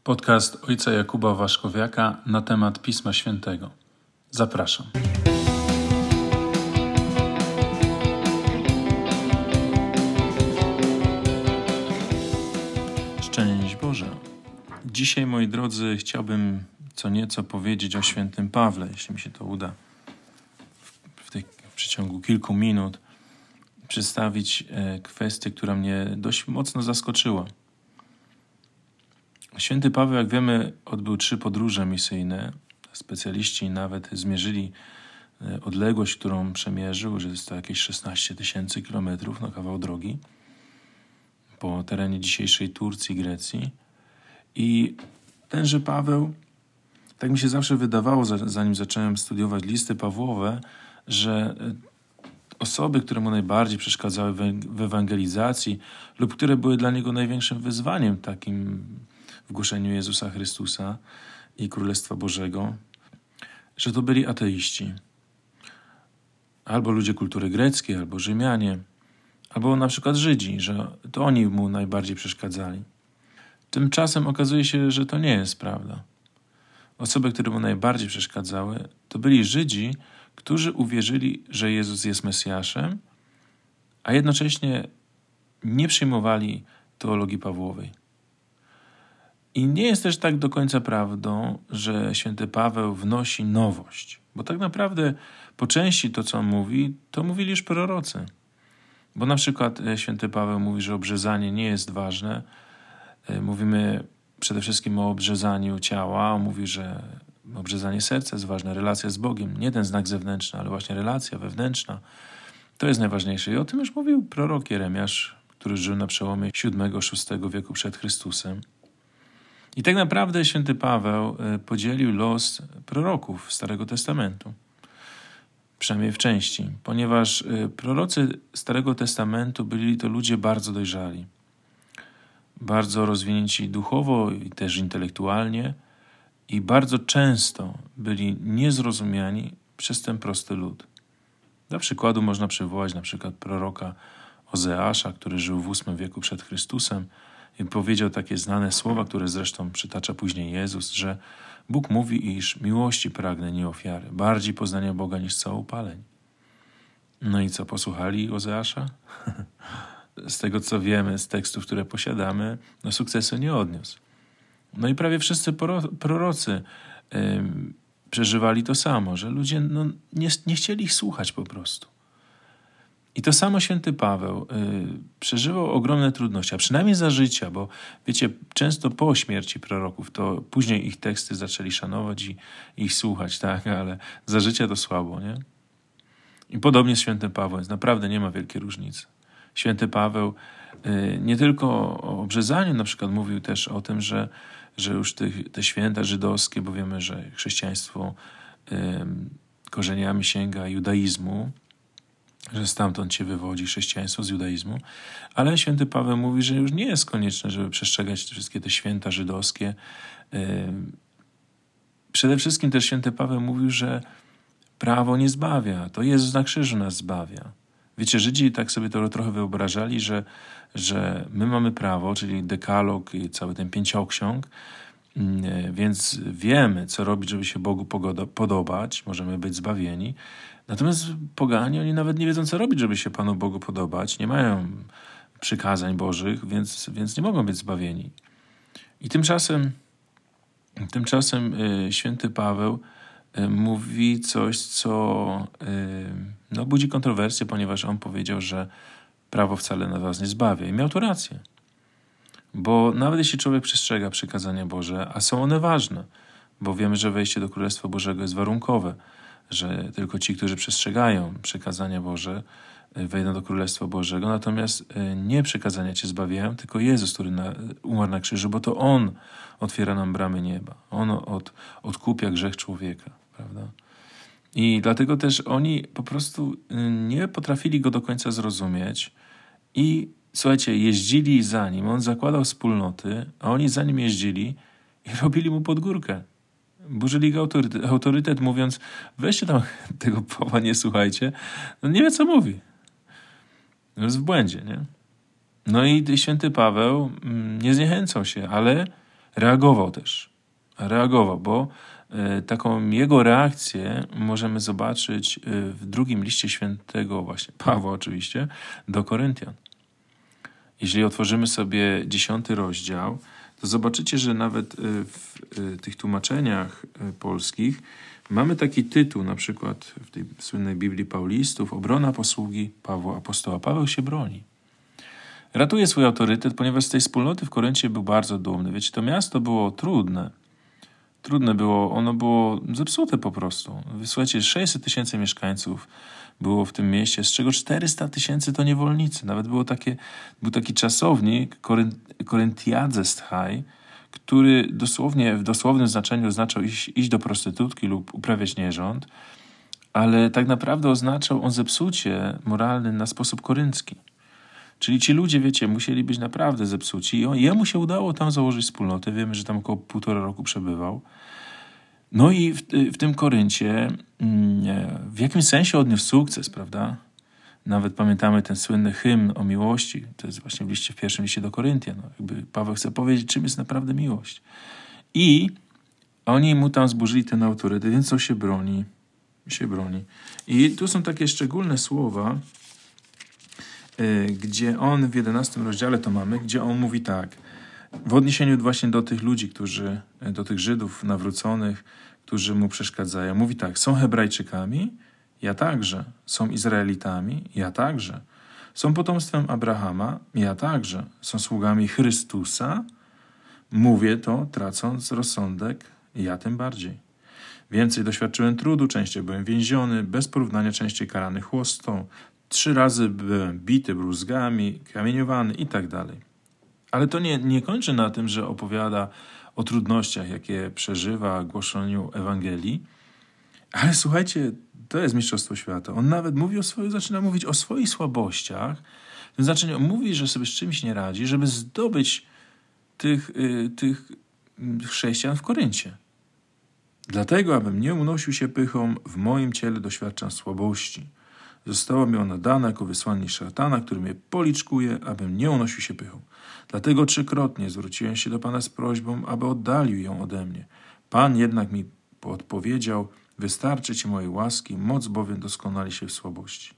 Podcast ojca Jakuba Waszkowiaka na temat Pisma Świętego. Zapraszam. Szczęść Boże. Dzisiaj, moi drodzy, chciałbym co nieco powiedzieć o świętym Pawle, jeśli mi się to uda w przeciągu kilku minut przedstawić kwestię, która mnie dość mocno zaskoczyła. Święty Paweł, jak wiemy, odbył 3 podróże misyjne. Specjaliści nawet zmierzyli odległość, którą przemierzył, że jest to jakieś 16 000 kilometrów, kawał drogi po terenie dzisiejszej Turcji, Grecji. I tenże Paweł, tak mi się zawsze wydawało, zanim zacząłem studiować listy Pawłowe, że osoby, które mu najbardziej przeszkadzały w ewangelizacji lub które były dla niego największym wyzwaniem takim w głoszeniu Jezusa Chrystusa i Królestwa Bożego, że to byli ateiści. Albo ludzie kultury greckiej, albo Rzymianie, albo na przykład Żydzi, że to oni mu najbardziej przeszkadzali. Tymczasem okazuje się, że to nie jest prawda. Osoby, które mu najbardziej przeszkadzały, to byli Żydzi, którzy uwierzyli, że Jezus jest Mesjaszem, a jednocześnie nie przyjmowali teologii Pawłowej. I nie jest też tak do końca prawdą, że święty Paweł wnosi nowość, bo tak naprawdę po części to, co on mówi, to mówili już prorocy. Bo na przykład święty Paweł mówi, że obrzezanie nie jest ważne. Mówimy przede wszystkim o obrzezaniu ciała. On mówi, że obrzezanie serca jest ważne, relacja z Bogiem. Nie ten znak zewnętrzny, ale właśnie relacja wewnętrzna. To jest najważniejsze. I o tym już mówił prorok Jeremiasz, który żył na przełomie VII-VI wieku przed Chrystusem. I tak naprawdę święty Paweł podzielił los proroków Starego Testamentu. Przynajmniej w części. Ponieważ prorocy Starego Testamentu byli to ludzie bardzo dojrzali. Bardzo rozwinięci duchowo i też intelektualnie. I bardzo często byli niezrozumiani przez ten prosty lud. Dla przykładu można przywołać na przykład proroka Ozeasza, który żył w VIII wieku przed Chrystusem i powiedział takie znane słowa, które zresztą przytacza później Jezus, że Bóg mówi, iż miłości pragnę, nie ofiary, bardziej poznania Boga niż całopaleń. No i co, posłuchali Ozeasza? Z tego, co wiemy, z tekstów, które posiadamy, sukcesu nie odniósł. No i prawie wszyscy prorocy przeżywali to samo, że ludzie nie chcieli ich słuchać po prostu. I to samo święty Paweł przeżywał ogromne trudności, a przynajmniej za życia, bo wiecie, często po śmierci proroków, to później ich teksty zaczęli szanować i ich słuchać, tak, ale za życia to słabo, nie? I podobnie z świętym Pawłem, więc naprawdę nie ma wielkiej różnicy. Święty Paweł nie tylko o obrzezaniu na przykład mówił też o tym, że już te święta żydowskie, bo wiemy, że chrześcijaństwo korzeniami sięga judaizmu, że stamtąd się wywodzi chrześcijaństwo z judaizmu, ale święty Paweł mówi, że już nie jest konieczne, żeby przestrzegać wszystkie te święta żydowskie. Przede wszystkim też święty Paweł mówił, że prawo nie zbawia, to Jezus na krzyżu nas zbawia. Wiecie, Żydzi tak sobie to trochę wyobrażali, że my mamy prawo, czyli dekalog i cały ten 5 ksiąg, więc wiemy, co robić, żeby się Bogu podobać, możemy być zbawieni. Natomiast poganie, oni nawet nie wiedzą, co robić, żeby się Panu Bogu podobać, nie mają przykazań Bożych, więc nie mogą być zbawieni. I tymczasem święty Paweł mówi coś, co budzi kontrowersję, ponieważ on powiedział, że prawo wcale na was nie zbawia. I miał tu rację. Bo nawet jeśli człowiek przestrzega przykazania Boże, a są one ważne, bo wiemy, że wejście do Królestwa Bożego jest warunkowe, że tylko ci, którzy przestrzegają przykazania Boże, wejdą do Królestwa Bożego, natomiast nie przykazania cię zbawiają, tylko Jezus, który umarł na krzyżu, bo to On otwiera nam bramy nieba. On odkupia grzech człowieka, prawda? I dlatego też oni po prostu nie potrafili Go do końca zrozumieć i słuchajcie, jeździli za Nim. On zakładał wspólnoty, a oni za Nim jeździli i robili Mu pod górkę. Burzyli Go autorytet, mówiąc, weźcie tam tego Pawła, nie słuchajcie. Nie wie, co mówi. Jest w błędzie, nie? No i święty Paweł nie zniechęcał się, ale Reagował, bo taką jego reakcję możemy zobaczyć w drugim liście świętego właśnie Pawła oczywiście do Koryntian. Jeśli otworzymy sobie 10 rozdział, to zobaczycie, że nawet w tych tłumaczeniach polskich mamy taki tytuł, na przykład w tej słynnej Biblii Paulistów, obrona posługi Pawła Apostoła. Paweł się broni. Ratuje swój autorytet, ponieważ z tej wspólnoty w Koryncie był bardzo dumny. Wiecie, to miasto było trudne. Trudne było, ono było zepsute po prostu. Słuchajcie, 600 000 mieszkańców było w tym mieście, z czego 400 000 to niewolnicy. Nawet był taki czasownik, Koryntiadzesthai, który w dosłownym znaczeniu oznaczał iść do prostytutki lub uprawiać nierząd, ale tak naprawdę oznaczał on zepsucie moralne na sposób koryncki. Czyli ci ludzie, wiecie, musieli być naprawdę zepsuci. I jemu się udało tam założyć wspólnotę. Wiemy, że tam około 1,5 roku przebywał. No i w tym Koryncie w jakimś sensie odniósł sukces, prawda? Nawet pamiętamy ten słynny hymn o miłości. To jest właśnie w pierwszym liście do Koryntian. No, jakby Paweł chce powiedzieć, czym jest naprawdę miłość. I oni mu tam zburzyli ten autorytet, więc on się broni. I tu są takie szczególne słowa, gdzie on w 11 rozdziale to mamy, gdzie on mówi tak, w odniesieniu właśnie do tych ludzi, do tych Żydów nawróconych, którzy mu przeszkadzają. Mówi tak, są Hebrajczykami? Ja także. Są Izraelitami? Ja także. Są potomstwem Abrahama? Ja także. Są sługami Chrystusa? Mówię to, tracąc rozsądek, ja tym bardziej. Więcej doświadczyłem trudu, częściej byłem więziony, bez porównania częściej karany chłostą, 3 razy byłem bity bruzgami, kamieniowany i tak dalej. Ale to nie kończy na tym, że opowiada o trudnościach, jakie przeżywa w głoszeniu Ewangelii. Ale słuchajcie, to jest mistrzostwo świata. On nawet zaczyna mówić o swoich słabościach. W tym znaczeniu mówi, że sobie z czymś nie radzi, żeby zdobyć tych chrześcijan w Koryncie. Dlatego, abym nie unosił się pychą, w moim ciele doświadczam słabości. Została mi ona dana jako wysłannik szatana, który mnie policzkuje, abym nie unosił się pychą. Dlatego 3-krotnie zwróciłem się do Pana z prośbą, aby oddalił ją ode mnie. Pan jednak mi odpowiedział, wystarczy Ci mojej łaski, moc bowiem doskonali się w słabości.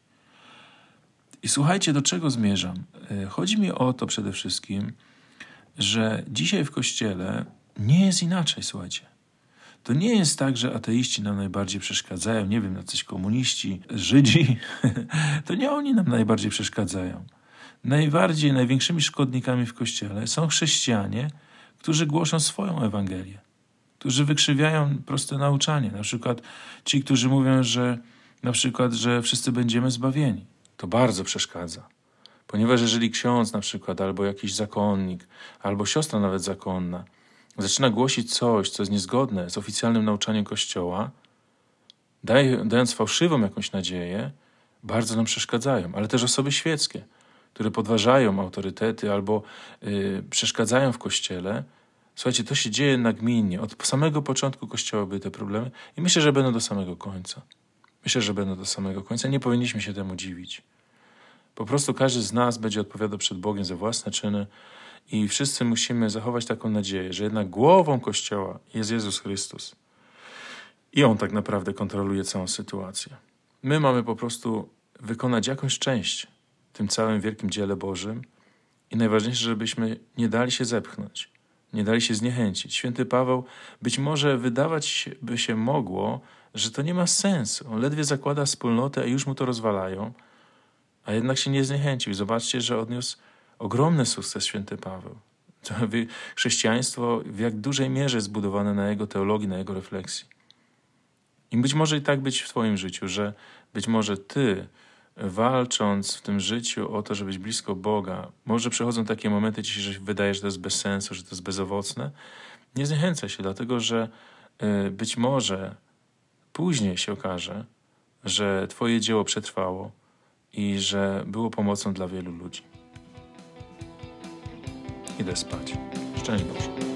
I słuchajcie, do czego zmierzam? Chodzi mi o to przede wszystkim, że dzisiaj w Kościele nie jest inaczej, słuchajcie. To nie jest tak, że ateiści nam najbardziej przeszkadzają, nie wiem, jacyś komuniści, Żydzi. To nie oni nam najbardziej przeszkadzają. Największymi szkodnikami w Kościele są chrześcijanie, którzy głoszą swoją Ewangelię, którzy wykrzywiają proste nauczanie. Na przykład ci, którzy mówią, że wszyscy będziemy zbawieni. To bardzo przeszkadza. Ponieważ jeżeli ksiądz na przykład, albo jakiś zakonnik, albo siostra nawet zakonna zaczyna głosić coś, co jest niezgodne z oficjalnym nauczaniem Kościoła, dając fałszywą jakąś nadzieję, bardzo nam przeszkadzają. Ale też osoby świeckie, które podważają autorytety albo przeszkadzają w Kościele. Słuchajcie, to się dzieje nagminnie. Od samego początku Kościoła były te problemy i myślę, że będą do samego końca. Nie powinniśmy się temu dziwić. Po prostu każdy z nas będzie odpowiadał przed Bogiem za własne czyny i wszyscy musimy zachować taką nadzieję, że jednak głową Kościoła jest Jezus Chrystus. I On tak naprawdę kontroluje całą sytuację. My mamy po prostu wykonać jakąś część w tym całym wielkim dziele Bożym i najważniejsze, żebyśmy nie dali się zepchnąć, nie dali się zniechęcić. Święty Paweł, być może wydawać by się mogło, że to nie ma sensu. On ledwie zakłada wspólnotę, a już mu to rozwalają, a jednak się nie zniechęcił. Zobaczcie, że odniósł ogromny sukces święty Paweł. Chrześcijaństwo w jak dużej mierze jest zbudowane na jego teologii, na jego refleksji. I być może i tak być w twoim życiu, że być może ty, walcząc w tym życiu o to, żeby być blisko Boga, może przychodzą takie momenty ci się, że wydaje, że to jest bez sensu, że to jest bezowocne. Nie zniechęcaj się, dlatego że być może później się okaże, że twoje dzieło przetrwało i że było pomocą dla wielu ludzi. Idę spać. Szczęść Boże.